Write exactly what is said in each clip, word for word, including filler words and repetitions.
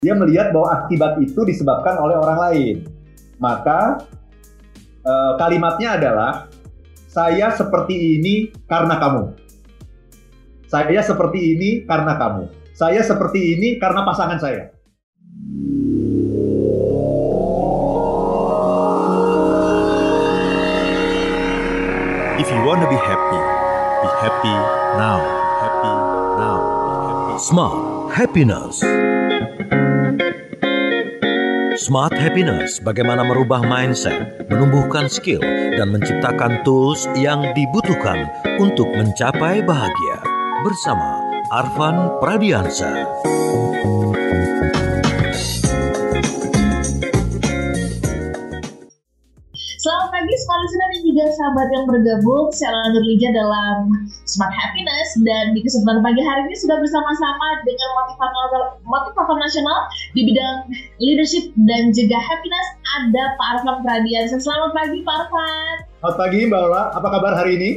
Dia melihat bahwa akibat itu disebabkan oleh orang lain. Maka eh, kalimatnya adalah, saya seperti ini karena kamu. Saya seperti ini karena kamu. Saya seperti ini karena pasangan saya. If you wanna be happy, be happy now. Happy now. Be happy. Smart Happiness. Smart Happiness, bagaimana merubah mindset, menumbuhkan skill, dan menciptakan tools yang dibutuhkan untuk mencapai bahagia. Bersama Arfan Pradiansa. Selamat pagi semua listener dan juga sahabat yang bergabung. Saya Lana Nurlija dalam Smart Happiness, dan di kesempatan pagi hari ini sudah bersama-sama dengan motivator, motivator nasional di bidang leadership dan juga happiness, ada Pak Arfan Pradiansa. Selamat pagi Pak Arfan. Selamat pagi Mbak Ola, apa kabar hari ini?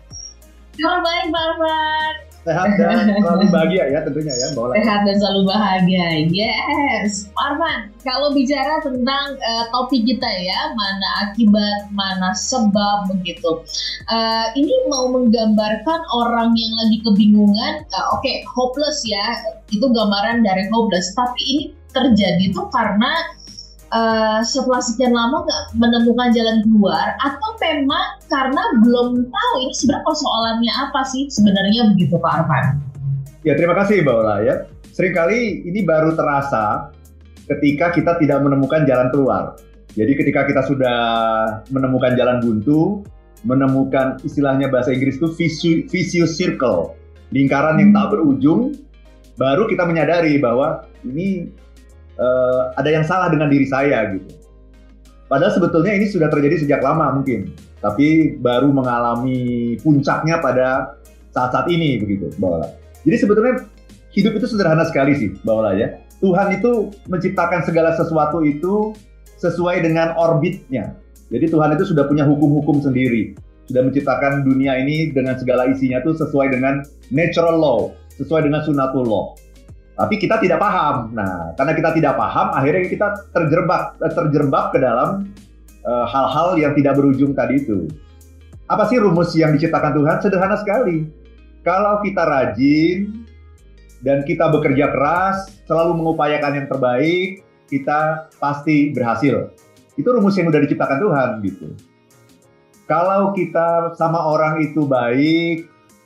Kabar baik Pak Arfan. Sehat dan selalu bahagia ya tentunya ya Mbak Ola. Sehat dan selalu bahagia, yes. Pak Arfan, kalau bicara tentang uh, topik kita ya, mana akibat, mana sebab begitu. Uh, ini mau menggambarkan orang yang lagi kebingungan, uh, oke, okay, hopeless ya, itu gambaran dari hopeless. Tapi ini terjadi tuh karena Uh, setelah sekian lama nggak menemukan jalan keluar, atau memang karena belum tahu ini sebenarnya persoalannya apa sih sebenarnya, begitu Pak Arfan? Ya, terima kasih Mbak Ola ya. Seringkali ini baru terasa ketika kita tidak menemukan jalan keluar. Jadi ketika kita sudah menemukan jalan buntu, menemukan istilahnya bahasa Inggris itu vicious circle, lingkaran yang tak berujung, baru kita menyadari bahwa ini Uh, ada yang salah dengan diri saya gitu. Padahal sebetulnya ini sudah terjadi sejak lama mungkin, tapi baru mengalami puncaknya pada saat-saat ini begitu, Mbak Ola. Jadi sebetulnya hidup itu sederhana sekali sih, Mbak Ola ya. Tuhan itu menciptakan segala sesuatu itu sesuai dengan orbitnya. Jadi Tuhan itu sudah punya hukum-hukum sendiri, sudah menciptakan dunia ini dengan segala isinya itu sesuai dengan natural law, sesuai dengan sunatullah. Tapi kita tidak paham. Nah, karena kita tidak paham, akhirnya kita terjerembab terjerembab ke dalam uh, hal-hal yang tidak berujung tadi itu. Apa sih rumus yang diciptakan Tuhan? Sederhana sekali. Kalau kita rajin dan kita bekerja keras, selalu mengupayakan yang terbaik, kita pasti berhasil. Itu rumus yang sudah diciptakan Tuhan gitu. Kalau kita sama orang itu baik,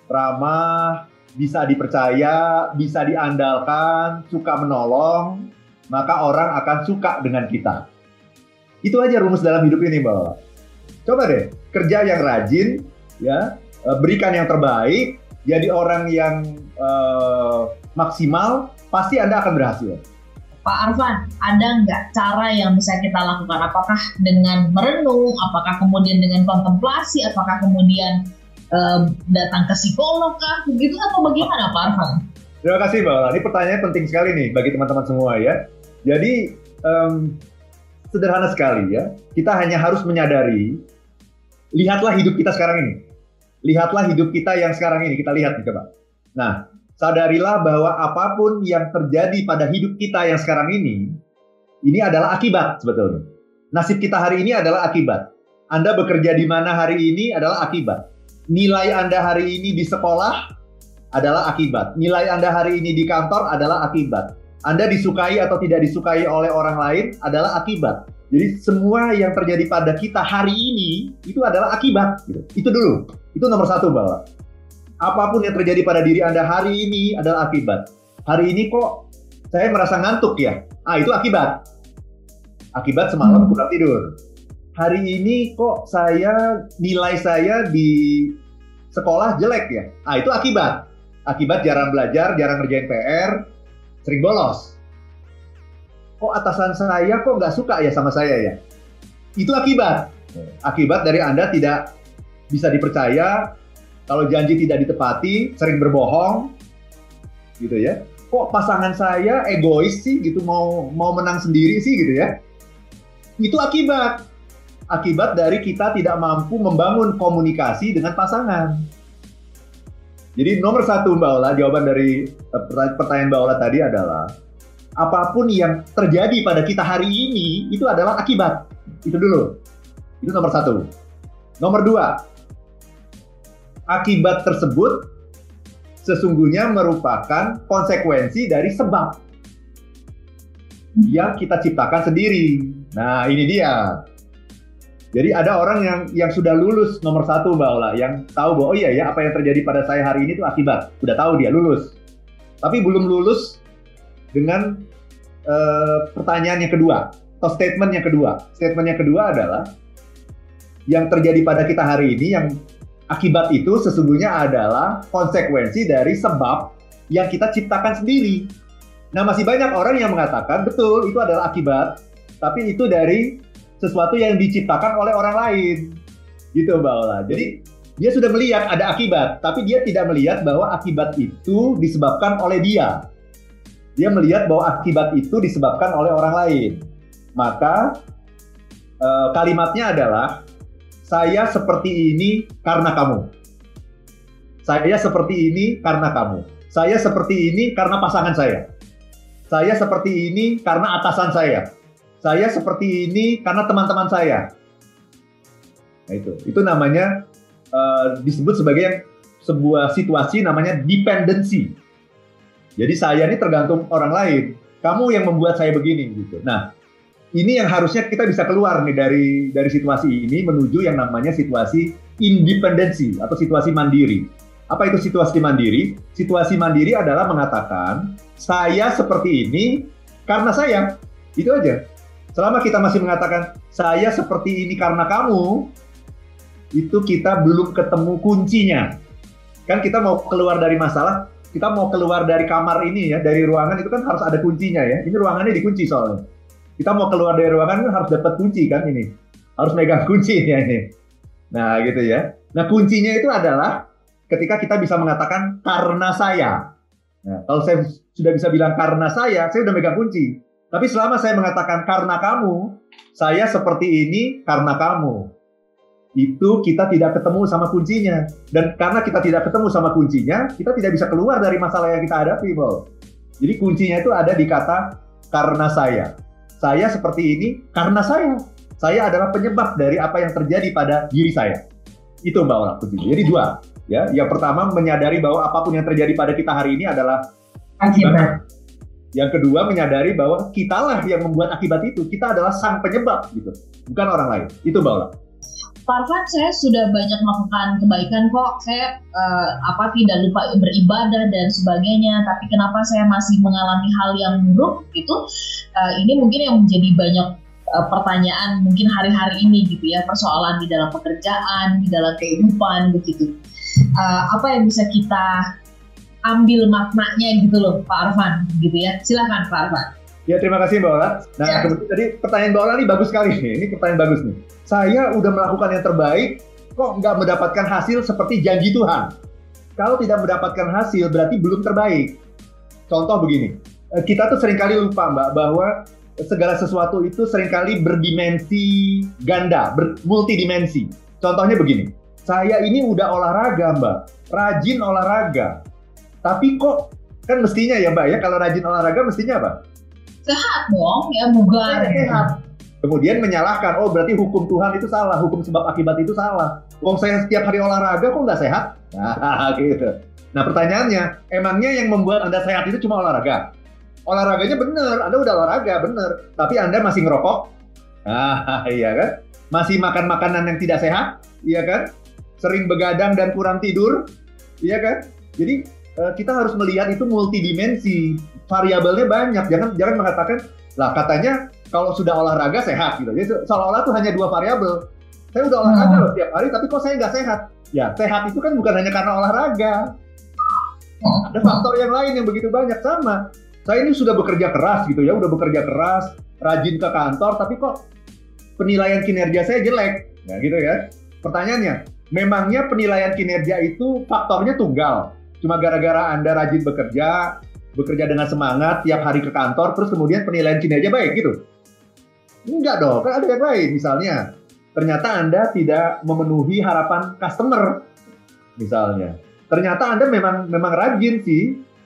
ramah, bisa dipercaya, bisa diandalkan, suka menolong, maka orang akan suka dengan kita. Itu aja rumus dalam hidup ini, Mbak Ola. Coba deh, kerja yang rajin, ya, berikan yang terbaik, jadi orang yang uh, maksimal, pasti Anda akan berhasil. Pak Arfan, ada nggak cara yang bisa kita lakukan? Apakah dengan merenung, apakah kemudian dengan kontemplasi, apakah kemudian Uh, datang ke psikolog kah? Begitu atau bagaimana Pak Arfan? Terima kasih Mbak Ola. Ini pertanyaan penting sekali nih bagi teman-teman semua ya. Jadi um, sederhana sekali ya. Kita hanya harus menyadari, lihatlah hidup kita sekarang ini. Lihatlah hidup kita yang sekarang ini. Kita lihat nih coba. Nah, sadarilah bahwa apapun yang terjadi pada hidup kita yang sekarang ini, ini adalah akibat sebetulnya. Nasib kita hari ini adalah akibat. Anda bekerja di mana hari ini adalah akibat. Nilai Anda hari ini di sekolah adalah akibat. Nilai Anda hari ini di kantor adalah akibat. Anda disukai atau tidak disukai oleh orang lain adalah akibat. Jadi semua yang terjadi pada kita hari ini itu adalah akibat. Gitu. Itu dulu. Itu nomor satu, Mbak. Apapun yang terjadi pada diri Anda hari ini adalah akibat. Hari ini kok saya merasa ngantuk ya? Ah, itu akibat. Akibat semalam kurang tidur. Hari ini kok saya, nilai saya di sekolah jelek ya? Ah, itu akibat. Akibat jarang belajar, jarang ngerjain P R, sering bolos. Kok atasan saya kok nggak suka ya sama saya ya? Itu akibat. Akibat dari Anda tidak bisa dipercaya, kalau janji tidak ditepati, sering berbohong, gitu ya. Kok pasangan saya egois sih gitu, mau mau menang sendiri sih gitu ya? Itu akibat. Akibat dari kita tidak mampu membangun komunikasi dengan pasangan. Jadi nomor satu Mbak Ola, jawaban dari pertanyaan Mbak Ola tadi adalah apapun yang terjadi pada kita hari ini itu adalah akibat. Itu dulu. Itu nomor satu. Nomor dua, akibat tersebut sesungguhnya merupakan konsekuensi dari sebab yang kita ciptakan sendiri. Nah, ini dia. Jadi ada orang yang yang sudah lulus nomor satu, Mbak Ola, yang tahu bahwa oh iya ya, apa yang terjadi pada saya hari ini itu akibat. Udah tahu dia lulus. Tapi belum lulus dengan uh, pertanyaan yang kedua, atau statement yang kedua. Statement yang kedua adalah yang terjadi pada kita hari ini, yang akibat itu sesungguhnya adalah konsekuensi dari sebab yang kita ciptakan sendiri. Nah, masih banyak orang yang mengatakan, betul, itu adalah akibat, tapi itu dari sesuatu yang diciptakan oleh orang lain. Gitu, Mbak Ola. Jadi, dia sudah melihat ada akibat, tapi dia tidak melihat bahwa akibat itu disebabkan oleh dia. Dia melihat bahwa akibat itu disebabkan oleh orang lain. Maka, eh, kalimatnya adalah, saya seperti ini karena kamu. Saya seperti ini karena kamu. Saya seperti ini karena pasangan saya. Saya seperti ini karena atasan saya. Saya seperti ini karena teman-teman saya. Nah itu, itu namanya uh, disebut sebagai sebuah situasi namanya dependency. Jadi saya ini tergantung orang lain. Kamu yang membuat saya begini gitu. Nah, ini yang harusnya kita bisa keluar nih dari dari situasi ini menuju yang namanya situasi independensi atau situasi mandiri. Apa itu situasi mandiri? Situasi mandiri adalah mengatakan saya seperti ini karena saya. Itu aja. Selama kita masih mengatakan saya seperti ini karena kamu, itu kita belum ketemu kuncinya. Kan kita mau keluar dari masalah, kita mau keluar dari kamar ini ya, dari ruangan itu kan harus ada kuncinya ya. Ini ruangannya dikunci soalnya. Kita mau keluar dari ruangan kan harus dapat kunci kan ini. Harus megang kunci ya ini. Nah gitu ya. Nah kuncinya itu adalah ketika kita bisa mengatakan karena saya. Nah, kalau saya sudah bisa bilang karena saya, saya udah megang kunci. Tapi selama saya mengatakan karena kamu, saya seperti ini karena kamu. Itu kita tidak ketemu sama kuncinya. Dan karena kita tidak ketemu sama kuncinya, kita tidak bisa keluar dari masalah yang kita hadapi, Bol. Jadi kuncinya itu ada di kata karena saya. Saya seperti ini karena saya. Saya adalah penyebab dari apa yang terjadi pada diri saya. Itu Mbak Ola kuncinya. Jadi dua. Ya, yang pertama menyadari bahwa apapun yang terjadi pada kita hari ini adalah akibat. Yang kedua menyadari bahwa kitalah yang membuat akibat itu. Kita adalah sang penyebab gitu, bukan orang lain. Itu Mbak Ola. Pak Arfan, saya sudah banyak melakukan kebaikan kok. Saya uh, apa tidak lupa beribadah dan sebagainya. Tapi kenapa saya masih mengalami hal yang buruk gitu? Uh, ini mungkin yang menjadi banyak uh, pertanyaan mungkin hari-hari ini gitu ya. Persoalan di dalam pekerjaan, di dalam kehidupan begitu. Uh, apa yang bisa kita ambil maknanya gitu loh Pak Arfan gitu ya. Silakan Pak Arfan. Ya terima kasih Mbak Ola. Nah ya. Kebetulan tadi pertanyaan Mbak Ola ini bagus sekali nih. Ini pertanyaan bagus nih. Saya udah melakukan yang terbaik kok nggak mendapatkan hasil seperti janji Tuhan. Kalau tidak mendapatkan hasil berarti belum terbaik. Contoh begini. Kita tuh seringkali lupa Mbak bahwa segala sesuatu itu seringkali berdimensi ganda, multidimensi. Contohnya begini. Saya ini udah olahraga Mbak, rajin olahraga. Tapi kok, kan mestinya ya Mbak ya, kalau rajin olahraga mestinya apa? Sehat dong, ya bugar. Sehat. Kemudian menyalahkan, oh berarti hukum Tuhan itu salah, hukum sebab akibat itu salah. Wong saya setiap hari olahraga kok nggak sehat? Nah gitu. Nah pertanyaannya, emangnya yang membuat Anda sehat itu cuma olahraga? Olahraganya bener, Anda udah olahraga, bener. Tapi Anda masih ngerokok? Nah iya kan? Masih makan makanan yang tidak sehat? Iya kan? Sering begadang dan kurang tidur, iya kan? Jadi uh, kita harus melihat itu multidimensi, variabelnya banyak. Jangan jangan mengatakan, lah katanya kalau sudah olahraga sehat gitu. Jadi seolah-olah itu hanya dua variabel. Saya udah olahraga loh setiap hari, tapi kok saya nggak sehat? Ya sehat itu kan bukan hanya karena olahraga. Ada faktor yang lain yang begitu banyak sama. Saya ini sudah bekerja keras gitu ya, udah bekerja keras, rajin ke kantor, tapi kok penilaian kinerja saya jelek, nah gitu ya. Pertanyaannya, memangnya penilaian kinerja itu faktornya tunggal? Cuma gara-gara Anda rajin bekerja, bekerja dengan semangat, tiap hari ke kantor, terus kemudian penilaian kinerja baik gitu? Enggak dong, kan ada yang lain. Misalnya, ternyata Anda tidak memenuhi harapan customer, misalnya. Ternyata Anda memang memang rajin sih,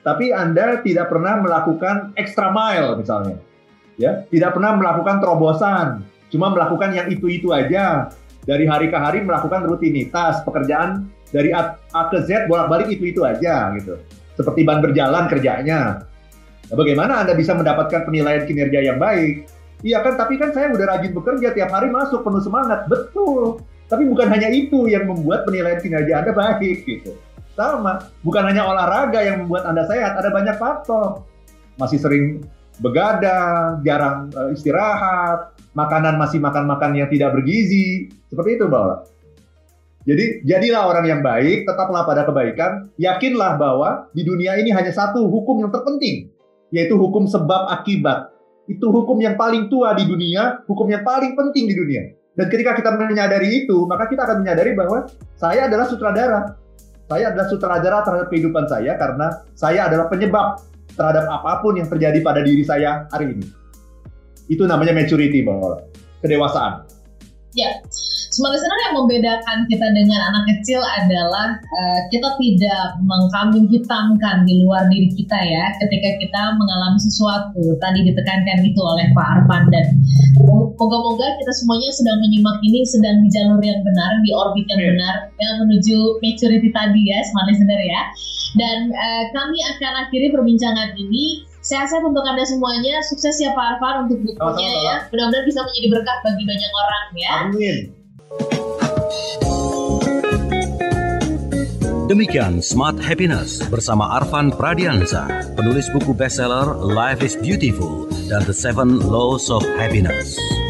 tapi Anda tidak pernah melakukan extra mile misalnya. Ya, tidak pernah melakukan terobosan, cuma melakukan yang itu-itu aja. Dari hari ke hari melakukan rutinitas, pekerjaan dari A, A ke Z bolak-balik itu-itu aja gitu. Seperti ban berjalan kerjanya. Nah, bagaimana Anda bisa mendapatkan penilaian kinerja yang baik? Iya kan, tapi kan saya udah rajin bekerja, tiap hari masuk penuh semangat. Betul. Tapi bukan hanya itu yang membuat penilaian kinerja Anda baik gitu. Sama, bukan hanya olahraga yang membuat Anda sehat, ada banyak faktor. Masih sering begadang, jarang uh, istirahat, makanan masih makan-makan yang tidak bergizi, seperti itu, Mbak. Jadi, jadilah orang yang baik, tetaplah pada kebaikan, yakinlah bahwa di dunia ini hanya satu hukum yang terpenting, yaitu hukum sebab akibat. Itu hukum yang paling tua di dunia, hukum yang paling penting di dunia. Dan ketika kita menyadari itu, maka kita akan menyadari bahwa saya adalah sutradara. Saya adalah sutradara terhadap kehidupan saya karena saya adalah penyebab terhadap apapun yang terjadi pada diri saya hari ini. Itu namanya maturity, bahwa kedewasaan. Ya, smart listener, yang membedakan kita dengan anak kecil adalah uh, kita tidak mengkambing hitamkan di luar diri kita ya, ketika kita mengalami sesuatu. Tadi ditekankan itu oleh Pak Arfan, dan moga-moga kita semuanya sedang menyimak ini, sedang di jalur yang benar, di orbit yang yeah. benar, yang menuju maturity tadi ya, smart listener ya. Dan uh, kami akan akhiri perbincangan ini. Sehat-sehat untuk Anda semuanya. Sukses ya Pak Arfan untuk bukunya oh, ya. Mudah-mudahan bisa menjadi berkah bagi banyak orang ya. Amin. Demikian Smart Happiness bersama Arfan Pradiansa, penulis buku bestseller Life is Beautiful dan The Seven Laws of Happiness.